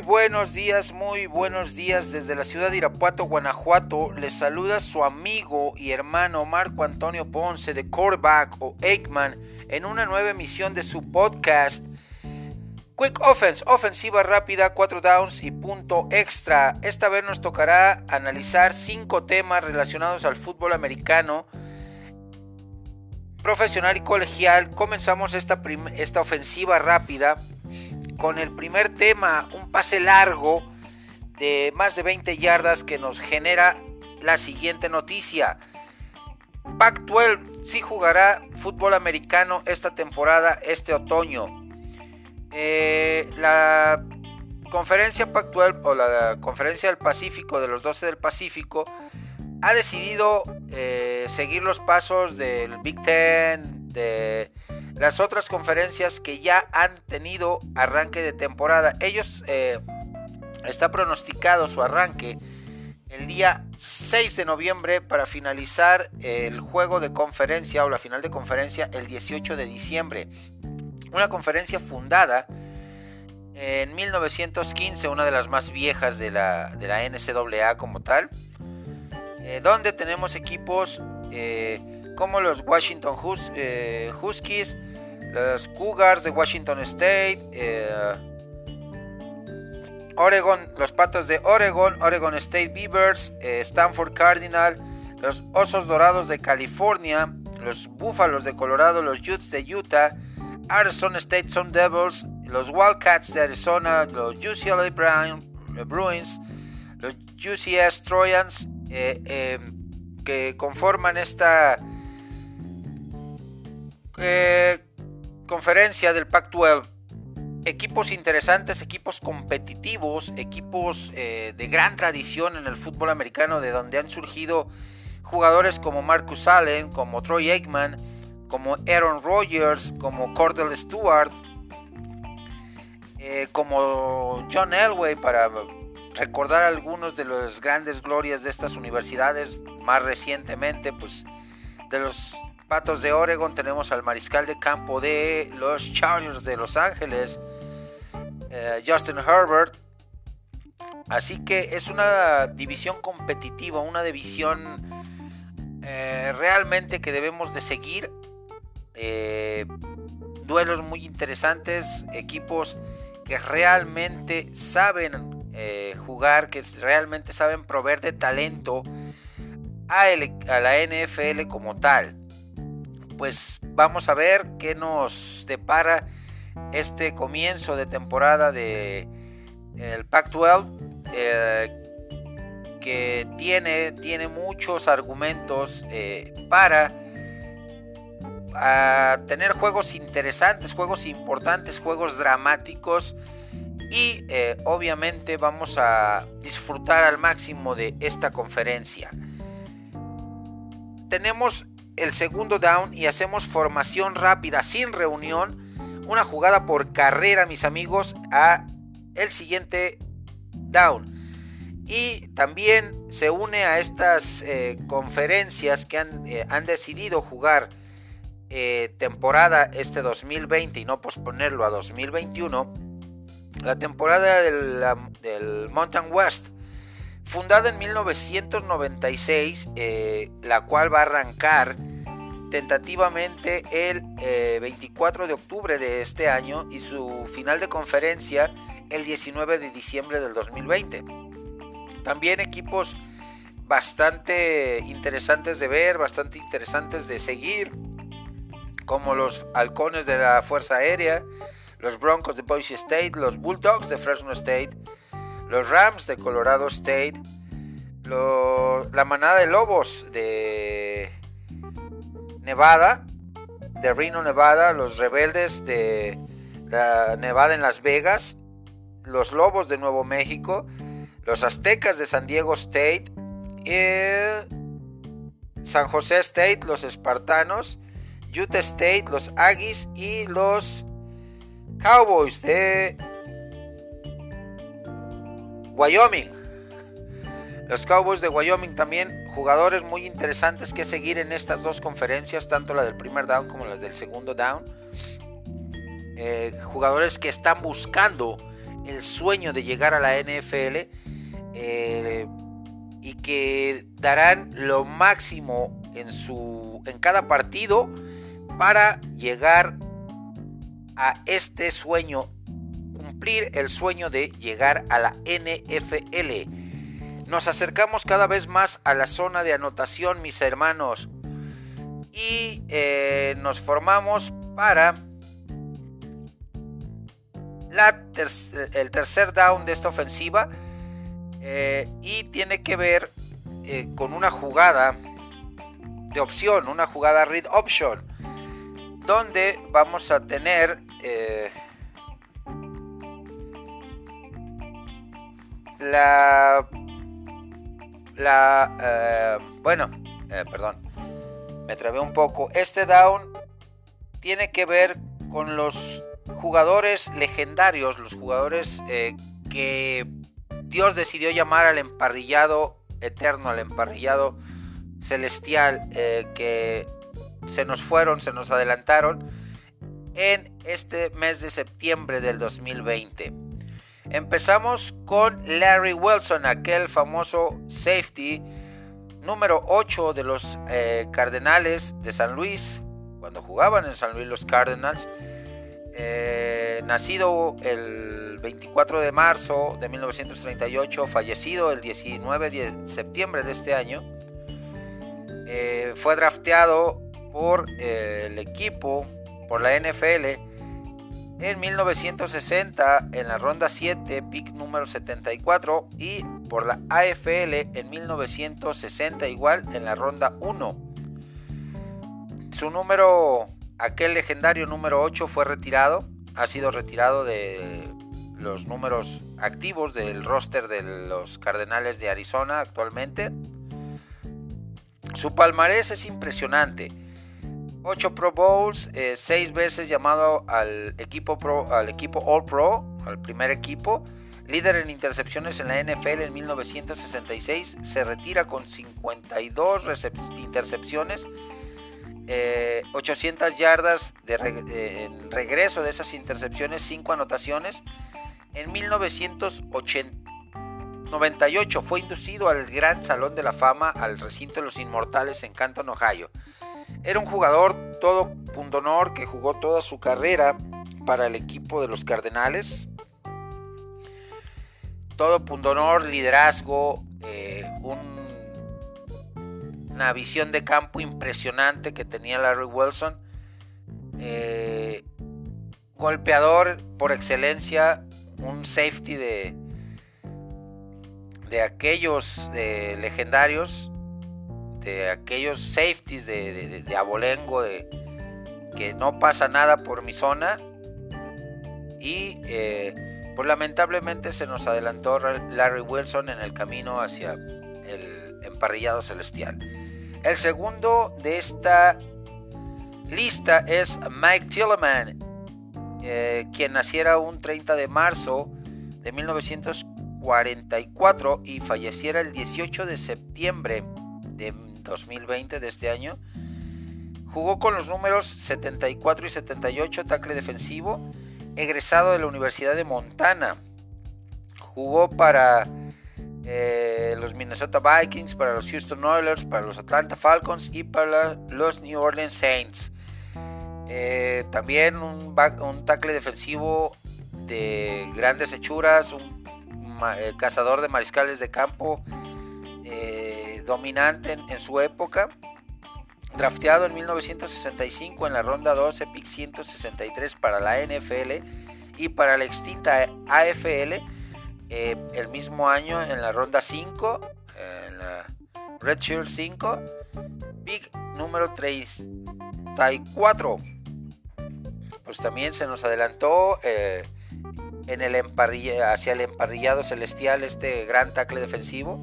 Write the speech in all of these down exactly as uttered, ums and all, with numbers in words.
buenos días, muy buenos días desde la ciudad de Irapuato, Guanajuato. Les saluda su amigo y hermano Marco Antonio Ponce de Quarterback o Eggman en una nueva emisión de su podcast Quick Offense, ofensiva rápida, cuatro downs y punto extra. Esta vez nos tocará analizar cinco temas relacionados al fútbol americano profesional y colegial. Comenzamos esta, prim- esta ofensiva rápida con el primer tema, un pase largo de más de veinte yardas que nos genera la siguiente noticia. Pac doce sí jugará fútbol americano esta temporada, este otoño. Eh, la conferencia Pac doce o la conferencia del Pacífico, de los doce del Pacífico, ha decidido eh, seguir los pasos del Big Ten, de las otras conferencias que ya han tenido arranque de temporada. Ellos eh, está pronosticado su arranque el día seis de noviembre para finalizar el juego de conferencia o la final de conferencia el dieciocho de diciembre. Una conferencia fundada en mil novecientos quince, una de las más viejas de la, de la N C A A como tal, eh, donde tenemos equipos eh, como los Washington Hus- eh, Huskies, los Cougars de Washington State, eh, Oregon, los Patos de Oregon, Oregon State Beavers, eh, Stanford Cardinal, los Osos Dorados de California, los Búfalos de Colorado, los Utes de Utah, Arizona State Sun Devils, los Wildcats de Arizona, los U C L A Brown, eh, Bruins, los U C S Trojans, eh, eh, que conforman esta eh, conferencia del Pac doce. Equipos interesantes, equipos competitivos, equipos eh, de gran tradición en el fútbol americano, de donde han surgido jugadores como Marcus Allen, como Troy Aikman, como Aaron Rodgers, como Cordell Stewart, eh, como John Elway, para recordar algunos de las grandes glorias de estas universidades. Más recientemente, pues, de los Patos de Oregon tenemos al mariscal de campo de los Chargers de Los Ángeles, eh, Justin Herbert. Así que es una división competitiva, una división eh, realmente que debemos de seguir. Eh, duelos muy interesantes, equipos que realmente saben eh, jugar, que realmente saben proveer de talento a, el, a la N F L como tal. Pues vamos a ver qué nos depara este comienzo de temporada de el Pac doce, eh, que tiene, tiene muchos argumentos eh, para a tener juegos interesantes, juegos importantes, juegos dramáticos, y eh, obviamente vamos a disfrutar al máximo de esta conferencia. Tenemos el segundo down y hacemos formación rápida sin reunión, una jugada por carrera, mis amigos, a el siguiente down. Y también se une a estas eh, conferencias que han, eh, han decidido jugar eh, temporada este dos mil veinte y no posponerlo a dos mil veintiuno, la temporada del, del Mountain West, fundada en mil novecientos noventa y seis, eh, la cual va a arrancar tentativamente el eh, veinticuatro de octubre de este año y su final de conferencia el diecinueve de diciembre del dos mil veinte. También equipos bastante interesantes de ver, bastante interesantes de seguir, como los Halcones de la Fuerza Aérea, los Broncos de Boise State, los Bulldogs de Fresno State, los Rams de Colorado State, lo, la manada de Lobos de Nevada, de Reno, Nevada, los Rebeldes de la Nevada en Las Vegas, los Lobos de Nuevo México, los Aztecas de San Diego State, eh, San José State, los Espartanos, Utah State, los Aggies y los Cowboys de Wyoming. Los Cowboys de Wyoming también, jugadores muy interesantes que seguir en estas dos conferencias, tanto la del primer down como la del segundo down. Eh, jugadores que están buscando el sueño de llegar a la N F L, eh, y que darán lo máximo en, su, en cada partido para llegar a este sueño, cumplir el sueño de llegar a la N F L. Nos acercamos cada vez más a la zona de anotación, mis hermanos, y eh, nos formamos para la ter- el tercer down de esta ofensiva, eh, y tiene que ver eh, con una jugada de opción, una jugada read option, donde vamos a tener eh, la la eh, bueno eh, perdón me trabé un poco. Este down tiene que ver con los jugadores legendarios, los jugadores eh, que Dios decidió llamar al emparrillado eterno, al emparrillado celestial, eh, que se nos fueron, se nos adelantaron en este mes de septiembre del dos mil veinte. Empezamos con Larry Wilson, aquel famoso safety número ocho de los eh, Cardenales de San Luis, cuando jugaban en San Luis los Cardinals, eh, nacido el veinticuatro de marzo de mil novecientos treinta y ocho, fallecido el diecinueve de septiembre de este año. Eh, fue drafteado por eh, el equipo, por la N F L, en mil novecientos sesenta en la ronda siete, pick número setenta y cuatro, y por la A F L en mil novecientos sesenta igual en la ronda uno. Su número, aquel legendario número ocho, fue retirado, ha sido retirado de los números activos del roster de los Cardenales de Arizona actualmente. Su palmarés es impresionante. ocho Pro Bowls, eh, seis veces llamado al equipo, pro, al equipo All Pro, al primer equipo. Líder en intercepciones en la N F L en mil novecientos sesenta y seis. Se retira con cincuenta y dos recep- intercepciones. Eh, ochocientas yardas de reg- eh, en regreso de esas intercepciones, cinco anotaciones. En mil novecientos noventa y ocho fue inducido al Gran Salón de la Fama, al recinto de los Inmortales en Canton, Ohio. Era un jugador todo pundonor que jugó toda su carrera para el equipo de los Cardenales. Todo pundonor, liderazgo, eh, un, una visión de campo impresionante que tenía Larry Wilson. Eh, golpeador por excelencia, un safety de, de aquellos eh, legendarios, de aquellos safeties de, de, de, de abolengo, de que no pasa nada por mi zona. Y eh, pues lamentablemente se nos adelantó Larry Wilson en el camino hacia el emparrillado celestial. El segundo de esta lista es Mike Tilleman, eh, quien naciera un treinta de marzo de mil novecientos cuarenta y cuatro y falleciera el dieciocho de septiembre de dos mil veinte de este año. Jugó con los números setenta y cuatro y setenta y ocho, tackle defensivo, egresado de la Universidad de Montana. Jugó para eh, los Minnesota Vikings, para los Houston Oilers, para los Atlanta Falcons y para los New Orleans Saints. Eh, también un, back, un tackle defensivo de grandes hechuras, un ma, eh, cazador de mariscales de campo, eh, dominante en, en su época. Drafteado en mil novecientos sesenta y cinco en la ronda doce, pick ciento sesenta y tres para la N F L y para la extinta A F L, eh, el mismo año en la ronda cinco, eh, en la Red Shield cinco, pick número treinta y cuatro. Pues también se nos adelantó eh, en el emparrilla, hacia el emparrillado celestial, este gran tackle defensivo.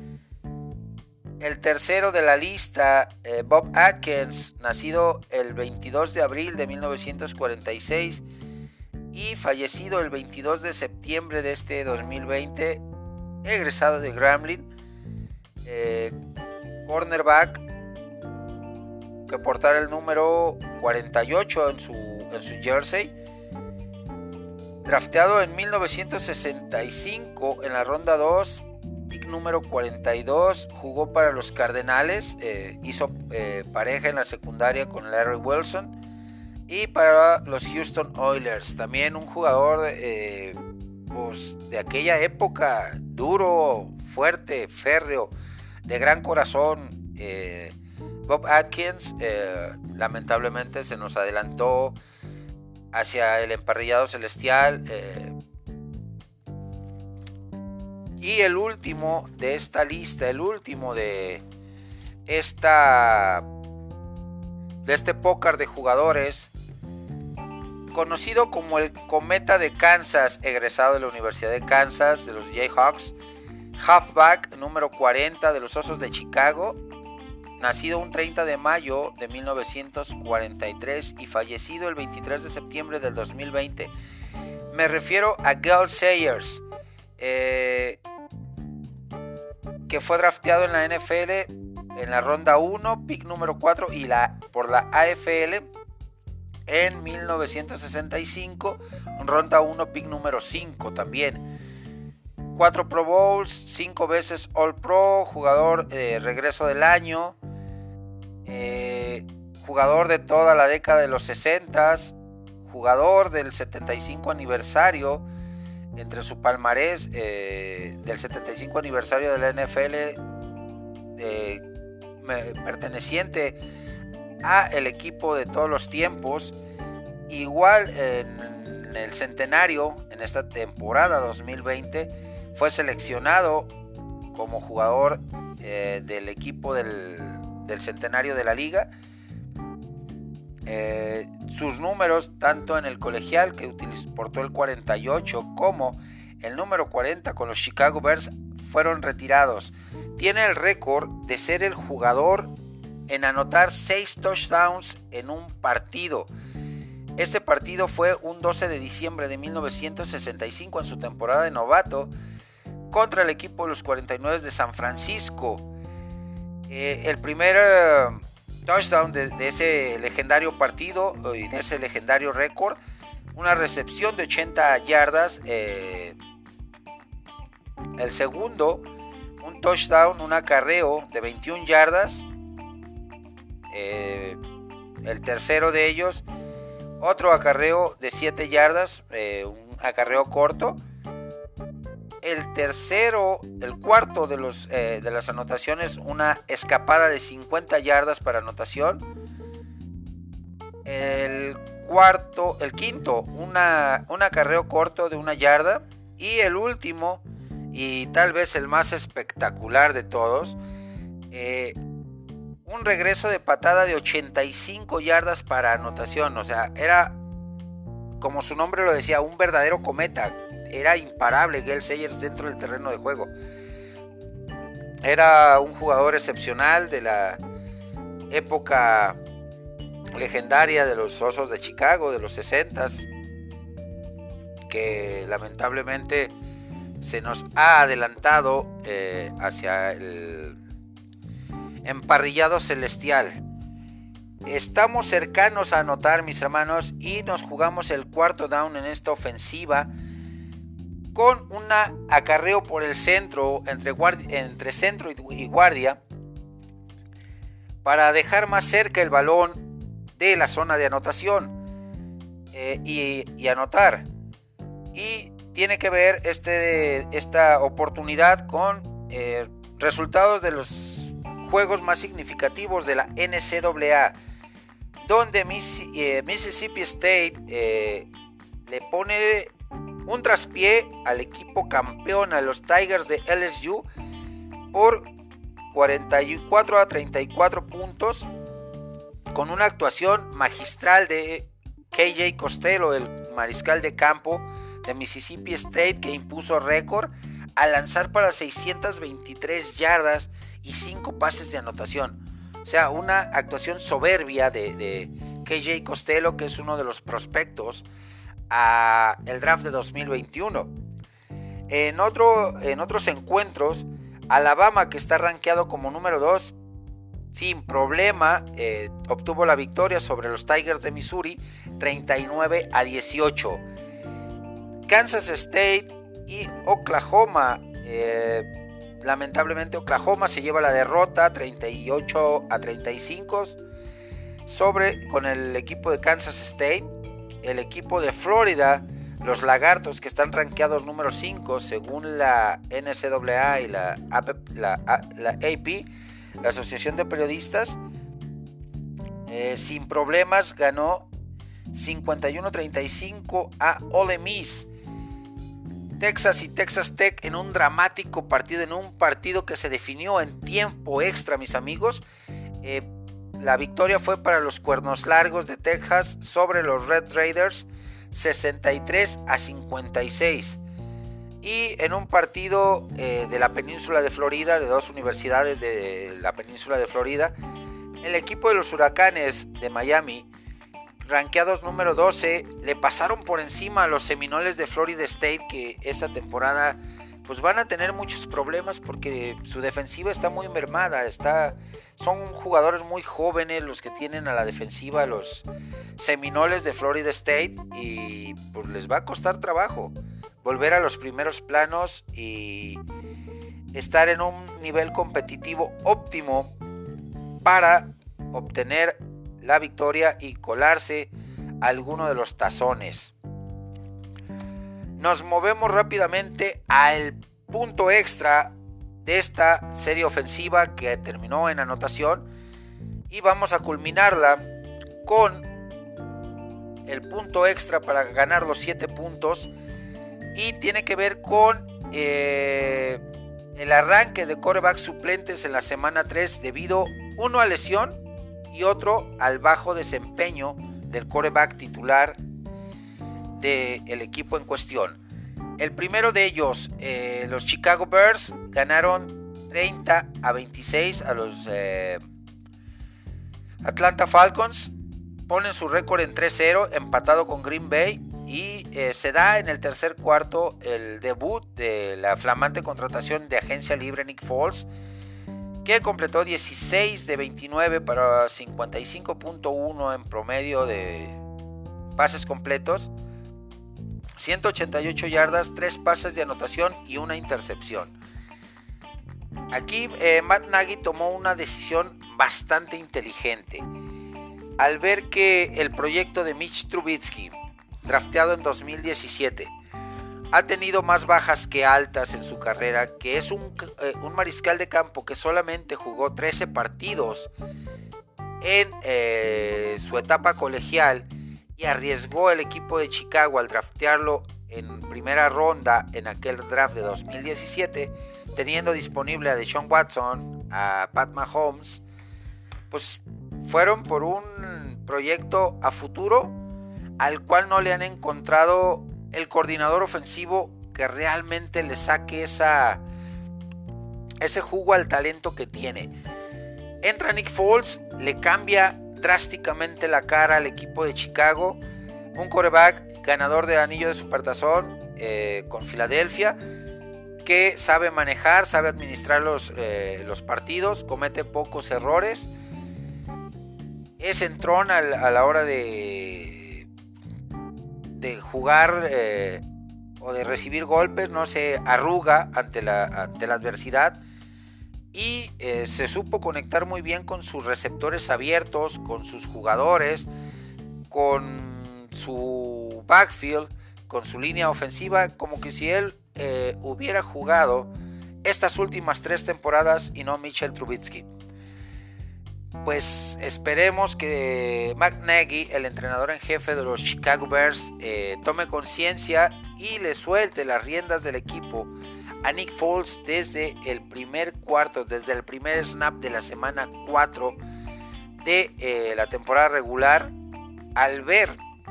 El tercero de la lista, eh, Bob Atkins, nacido el veintidós de abril de mil novecientos cuarenta y seis y fallecido el veintidós de septiembre de este dos mil veinte, egresado de Grambling, eh, cornerback, que portara el número cuarenta y ocho en su, en su jersey. Drafteado en mil novecientos sesenta y cinco en la ronda dos, pick número cuarenta y dos, jugó para los Cardenales, eh, hizo eh, pareja en la secundaria con Larry Wilson, y para los Houston Oilers, también un jugador eh, pues, de aquella época, duro, fuerte, férreo, de gran corazón. eh, Bob Atkins eh, lamentablemente se nos adelantó hacia el emparrillado celestial, eh, y el último de esta lista, el último de esta de este pócar de jugadores, conocido como el Cometa de Kansas, egresado de la Universidad de Kansas, de los Jayhawks, halfback número cuarenta de los Osos de Chicago, nacido un treinta de mayo de mil novecientos cuarenta y tres y fallecido el veintitrés de septiembre del dos mil veinte. Me refiero a Gale Sayers, eh, que fue drafteado en la N F L en la ronda uno, pick número cuatro, y la, por la A F L en mil novecientos sesenta y cinco, ronda uno, pick número cinco también. Cuatro Pro Bowls, cinco veces All Pro, jugador de eh, regreso del año, eh, jugador de toda la década de los sesenta, jugador del setenta y cinco aniversario, entre su palmarés eh, del setenta y cinco aniversario de la N F L, eh, perteneciente a el equipo de todos los tiempos. Igual en el centenario, en esta temporada dos mil veinte, fue seleccionado como jugador eh, del equipo del, del centenario de la liga. Eh, sus números, tanto en el colegial, que utilizó, portó el cuarenta y ocho, como el número cuarenta con los Chicago Bears, fueron retirados. Tiene el récord de ser el jugador en anotar seis touchdowns en un partido. Este partido fue un doce de diciembre de mil novecientos sesenta y cinco, en su temporada de novato, contra el equipo de los cuarenta y nueve de San Francisco. Eh, el primer eh, touchdown de, de ese legendario partido y de ese legendario récord, una recepción de ochenta yardas. Eh, el segundo, un touchdown, un acarreo de veintiuna yardas. Eh, el tercero de ellos, otro acarreo de siete yardas, eh, un acarreo corto. El tercero, el cuarto de, los, eh, de las anotaciones, una escapada de cincuenta yardas para anotación. El cuarto, el quinto, una, un acarreo corto de una yarda. Y el último, y tal vez el más espectacular de todos, eh, un regreso de patada de ochenta y cinco yardas para anotación. O sea, era, como su nombre lo decía, un verdadero cometa. Era imparable Gale Sayers dentro del terreno de juego. Era un jugador excepcional de la época legendaria de los Osos de Chicago, de los sesentas, que lamentablemente se nos ha adelantado eh, hacia el emparrillado celestial. Estamos cercanos a anotar, mis hermanos, y nos jugamos el cuarto down en esta ofensiva con un acarreo por el centro, entre, guardia, entre centro y guardia, para dejar más cerca el balón de la zona de anotación eh, y, y anotar. Y tiene que ver este, esta oportunidad con eh, resultados de los juegos más significativos de la N C A A, donde Miss, eh, Mississippi State eh, le pone un traspié al equipo campeón, a los Tigers de L S U, por cuarenta y cuatro a treinta y cuatro puntos, con una actuación magistral de K J Costello, el mariscal de campo de Mississippi State, que impuso récord al lanzar para seiscientas veintitrés yardas y cinco pases de anotación. O sea, una actuación soberbia de, de K J Costello, que es uno de los prospectos a el draft de dos mil veintiuno. En, otro, en otros encuentros, Alabama, que está rankeado como número dos, sin problema eh, obtuvo la victoria sobre los Tigers de Missouri, treinta y nueve a dieciocho. Kansas State y Oklahoma. Eh, lamentablemente Oklahoma se lleva la derrota treinta y ocho a treinta y cinco sobre con el equipo de Kansas State. El equipo de Florida, los Lagartos, que están rankeados número cinco según la N C A A y la, la, la A P, la Asociación de Periodistas, eh, sin problemas ganó cincuenta y uno a treinta y cinco a Ole Miss. Texas y Texas Tech en un dramático partido, en un partido que se definió en tiempo extra, mis amigos. Eh, la victoria fue para los Cuernos Largos de Texas sobre los Red Raiders, sesenta y tres a cincuenta y seis. Y en un partido eh, de la península de Florida, de dos universidades de la península de Florida, el equipo de los Huracanes de Miami, rankeados número doce, le pasaron por encima a los Seminoles de Florida State, que esta temporada pues van a tener muchos problemas porque su defensiva está muy mermada. Está, son jugadores muy jóvenes los que tienen a la defensiva los Seminoles de Florida State, y pues les va a costar trabajo volver a los primeros planos y estar en un nivel competitivo óptimo para obtener la victoria y colarse a alguno de los tazones. Nos movemos rápidamente al punto extra de esta serie ofensiva que terminó en anotación, y vamos a culminarla con el punto extra para ganar los siete puntos, y tiene que ver con eh, el arranque de quarterbacks suplentes en la semana tres, debido uno a lesión y otro al bajo desempeño del quarterback titular del equipo en cuestión. El primero de ellos, eh, los Chicago Bears, ganaron treinta a veintiséis a los eh, Atlanta Falcons, ponen su récord en tres cero, empatado con Green Bay, y eh, se da en el tercer cuarto el debut de la flamante contratación de agencia libre Nick Foles, que completó dieciséis de veintinueve para cincuenta y cinco punto uno en promedio de pases completos, ciento ochenta y ocho yardas, tres pases de anotación y una intercepción. Aquí eh, Matt Nagy tomó una decisión bastante inteligente al ver que el proyecto de Mitch Trubisky, drafteado en dos mil diecisiete, ha tenido más bajas que altas en su carrera, que es un, eh, un mariscal de campo que solamente jugó trece partidos en eh, su etapa colegial, y arriesgó el equipo de Chicago al draftearlo en primera ronda en aquel draft de dos mil diecisiete, teniendo disponible a Deshaun Watson, a Pat Mahomes. Pues fueron por un proyecto a futuro al cual no le han encontrado el coordinador ofensivo que realmente le saque esa, ese jugo al talento que tiene. Entra Nick Foles, le cambia drásticamente la cara al equipo de Chicago, un quarterback ganador de anillo de supertazón eh, con Filadelfia, que sabe manejar, sabe administrar los, eh, los partidos, comete pocos errores, es entrón a, a la hora de, de jugar eh, o de recibir golpes, no se arruga ante la, ante la adversidad, y eh, se supo conectar muy bien con sus receptores abiertos, con sus jugadores, con su backfield, con su línea ofensiva, como que si él eh, hubiera jugado estas últimas tres temporadas y no Mitchell Trubisky. Pues esperemos que Matt Nagy, el entrenador en jefe de los Chicago Bears, eh, tome conciencia y le suelte las riendas del equipo a Nick Foles desde el primer cuarto, desde el primer snap de la semana cuatro de eh, la temporada regular, al ver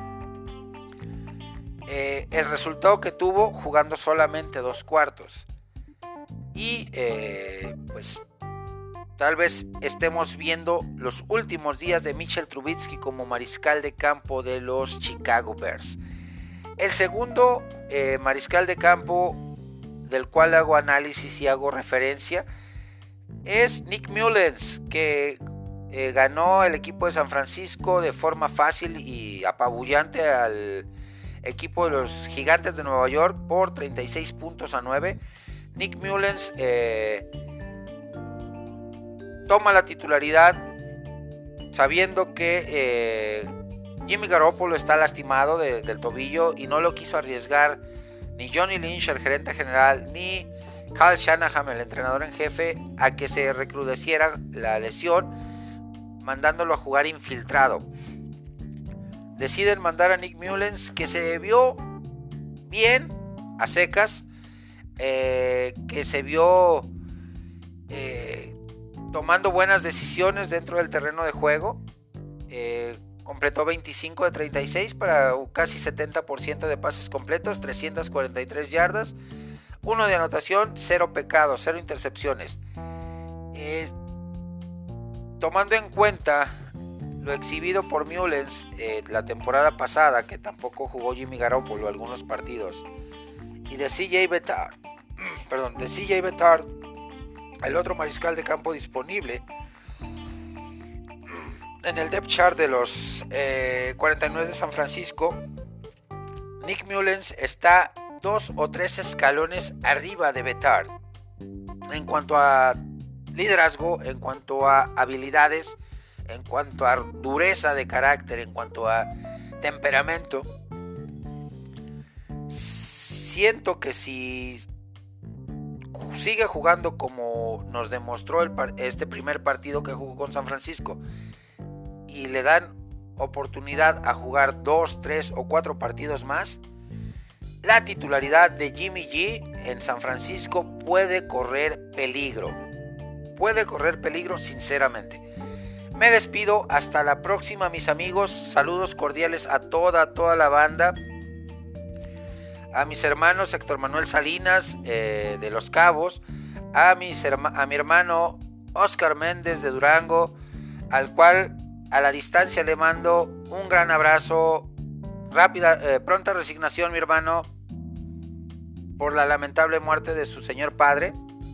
eh, el resultado que tuvo jugando solamente dos cuartos. Y eh, pues tal vez estemos viendo los últimos días de Mitchell Trubisky como mariscal de campo de los Chicago Bears. El segundo eh, mariscal de campo del cual hago análisis y hago referencia es Nick Mullens, que eh, ganó el equipo de San Francisco de forma fácil y apabullante al equipo de los Gigantes de Nueva York por treinta y seis puntos a nueve. Nick Mullens eh, toma la titularidad sabiendo que eh, Jimmy Garoppolo está lastimado de, del tobillo y no lo quiso arriesgar ni Johnny Lynch, el gerente general, ni Kyle Shanahan, el entrenador en jefe, a que se recrudeciera la lesión, mandándolo a jugar infiltrado. Deciden mandar a Nick Mullens, que se vio bien a secas, eh, que se vio eh, tomando buenas decisiones dentro del terreno de juego. Eh, completó veinticinco de treinta y seis para casi setenta por ciento de pases completos, trescientas cuarenta y tres yardas, uno de anotación, cero pecados, cero intercepciones. Eh, tomando en cuenta lo exhibido por Mullens eh, la temporada pasada, que tampoco jugó Jimmy Garoppolo algunos partidos, y de C J Beathard, perdón, de C J Beathard, el otro mariscal de campo disponible en el depth chart de los eh, cuarenta y nueve de San Francisco, Nick Mullens está dos o tres escalones arriba de Beathard en cuanto a liderazgo, en cuanto a habilidades, en cuanto a dureza de carácter, en cuanto a temperamento. Siento que si sigue jugando como nos demostró el par- este primer partido que jugó con San Francisco, y le dan oportunidad a jugar dos, tres o cuatro partidos más, la titularidad de Jimmy G en San Francisco puede correr peligro. Puede correr peligro, sinceramente. Me despido, hasta la próxima, mis amigos. Saludos cordiales a toda, toda la banda. A mis hermanos Héctor Manuel Salinas eh, de Los Cabos, a, mis herma- a mi hermano Oscar Méndez de Durango, al cual a la distancia le mando un gran abrazo, rápida, eh, pronta resignación, mi hermano, por la lamentable muerte de su señor padre.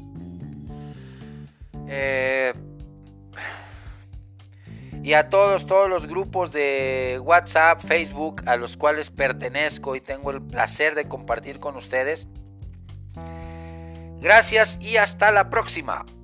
Eh, y a todos, todos los grupos de WhatsApp, Facebook, a los cuales pertenezco y tengo el placer de compartir con ustedes. Gracias y hasta la próxima.